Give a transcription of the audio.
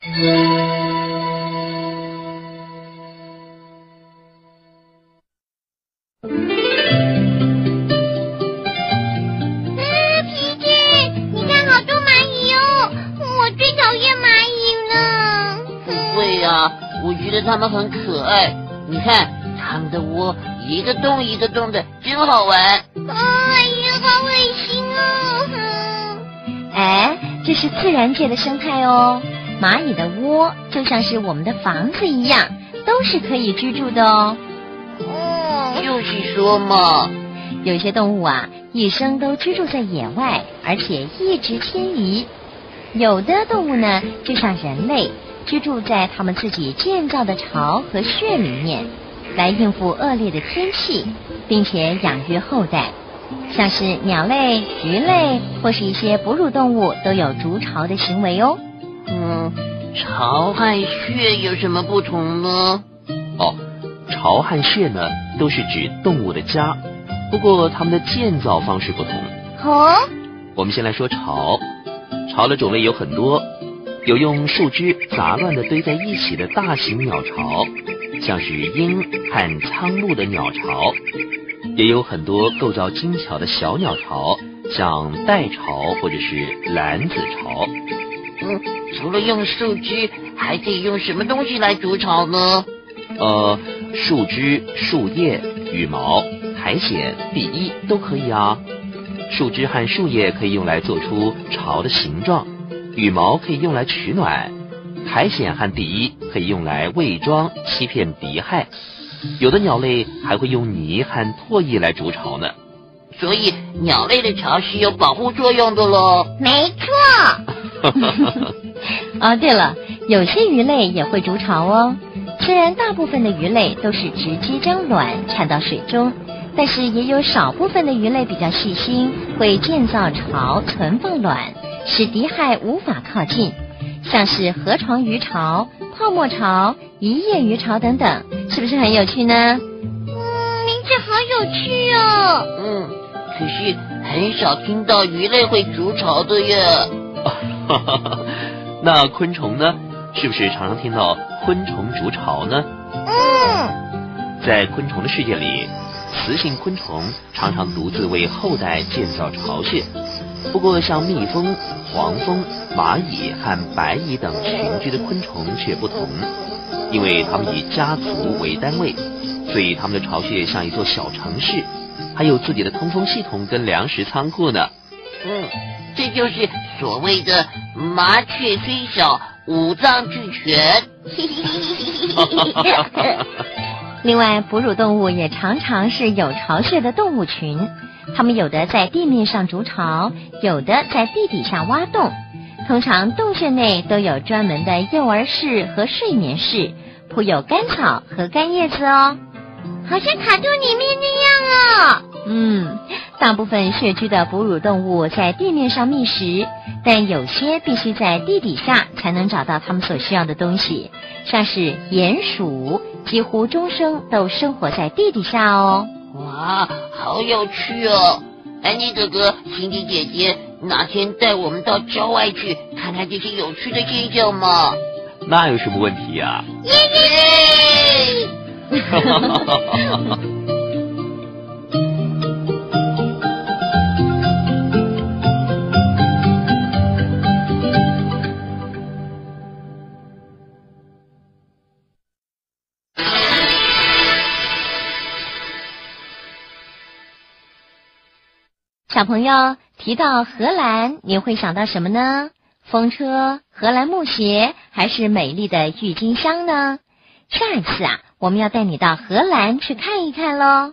皮姐，你看好多蚂蚁哦，我最讨厌蚂蚁了。 不会啊，我觉得它们很可爱。你看，它们的窝一个洞一个洞的，真好玩。 哎呀，好恶心哦！ 哎，这是自然界的生态哦。蚂蚁的窝就像是我们的房子一样，都是可以居住的哦。 就是说嘛， 有些动物啊，一生都居住在野外，而且一直迁移。有的动物呢，就像人类，居住在他们自己建造的巢和穴里面，来应付恶劣的天气，并且养育后代。像是鸟类、鱼类或是一些哺乳动物都有筑巢的行为哦。 巢和穴有什么不同呢？ 巢和穴呢，都是指动物的家，不过它们的建造方式不同。我们先来说巢。巢的种类有很多，有用树枝杂乱地堆在一起的大型鸟巢，像是鹰和苍鹭的鸟巢，也有很多构造精巧的小鸟巢，像带巢或者是蓝子巢。 除了用树枝，还可以用什么东西来筑巢呢？ 树枝、树叶、羽毛、苔藓、地衣都可以啊。树枝和树叶可以用来做出巢的形状，羽毛可以用来取暖，苔藓和地衣可以用来伪装欺骗敌害。有的鸟类还会用泥和唾液来筑巢呢。 所以鸟类的巢是有保护作用的咯。 没错。 对了，有些鱼类也会筑巢哦。虽然大部分的鱼类都是直接将卵产到水中，但是也有少部分的鱼类比较细心，会建造巢存放卵，使敌害无法靠近，像是河床鱼巢、泡沫巢、一叶鱼巢等等，是不是很有趣呢？ 名字好有趣哦。 可是很少听到鱼类会筑巢的耶。 那昆虫呢？是不是常常听到昆虫筑巢呢？在昆虫的世界里，雌性昆虫常常独自为后代建造巢穴。不过像蜜蜂、黄蜂、蚂蚁和白蚁等群居的昆虫却不同，因为它们以家族为单位，所以它们的巢穴像一座小城市，还有自己的通风系统跟粮食仓库呢。 这就是所谓的麻雀虽小，五脏俱全。 另外，哺乳动物也常常是有巢穴的动物群，它们有的在地面上筑巢，有的在地底下挖洞。通常洞穴内都有专门的幼儿室和睡眠室，铺有干草和干叶子哦， 好像卡通里面那样哦。 大部分穴居的哺乳动物在地面上觅食，但有些必须在地底下才能找到它们所需要的东西，像是鼹鼠几乎终生都生活在地底下哦。 哇，好有趣哦！安妮哥哥、辛迪姐姐，哪天带我们到郊外去看看这些有趣的现象嘛？ 那有什么问题呀？ 耶！ 小朋友，提到荷兰，你会想到什么呢？风车、荷兰木鞋，还是美丽的郁金香呢？下一次啊，我们要带你到荷兰去看一看咯。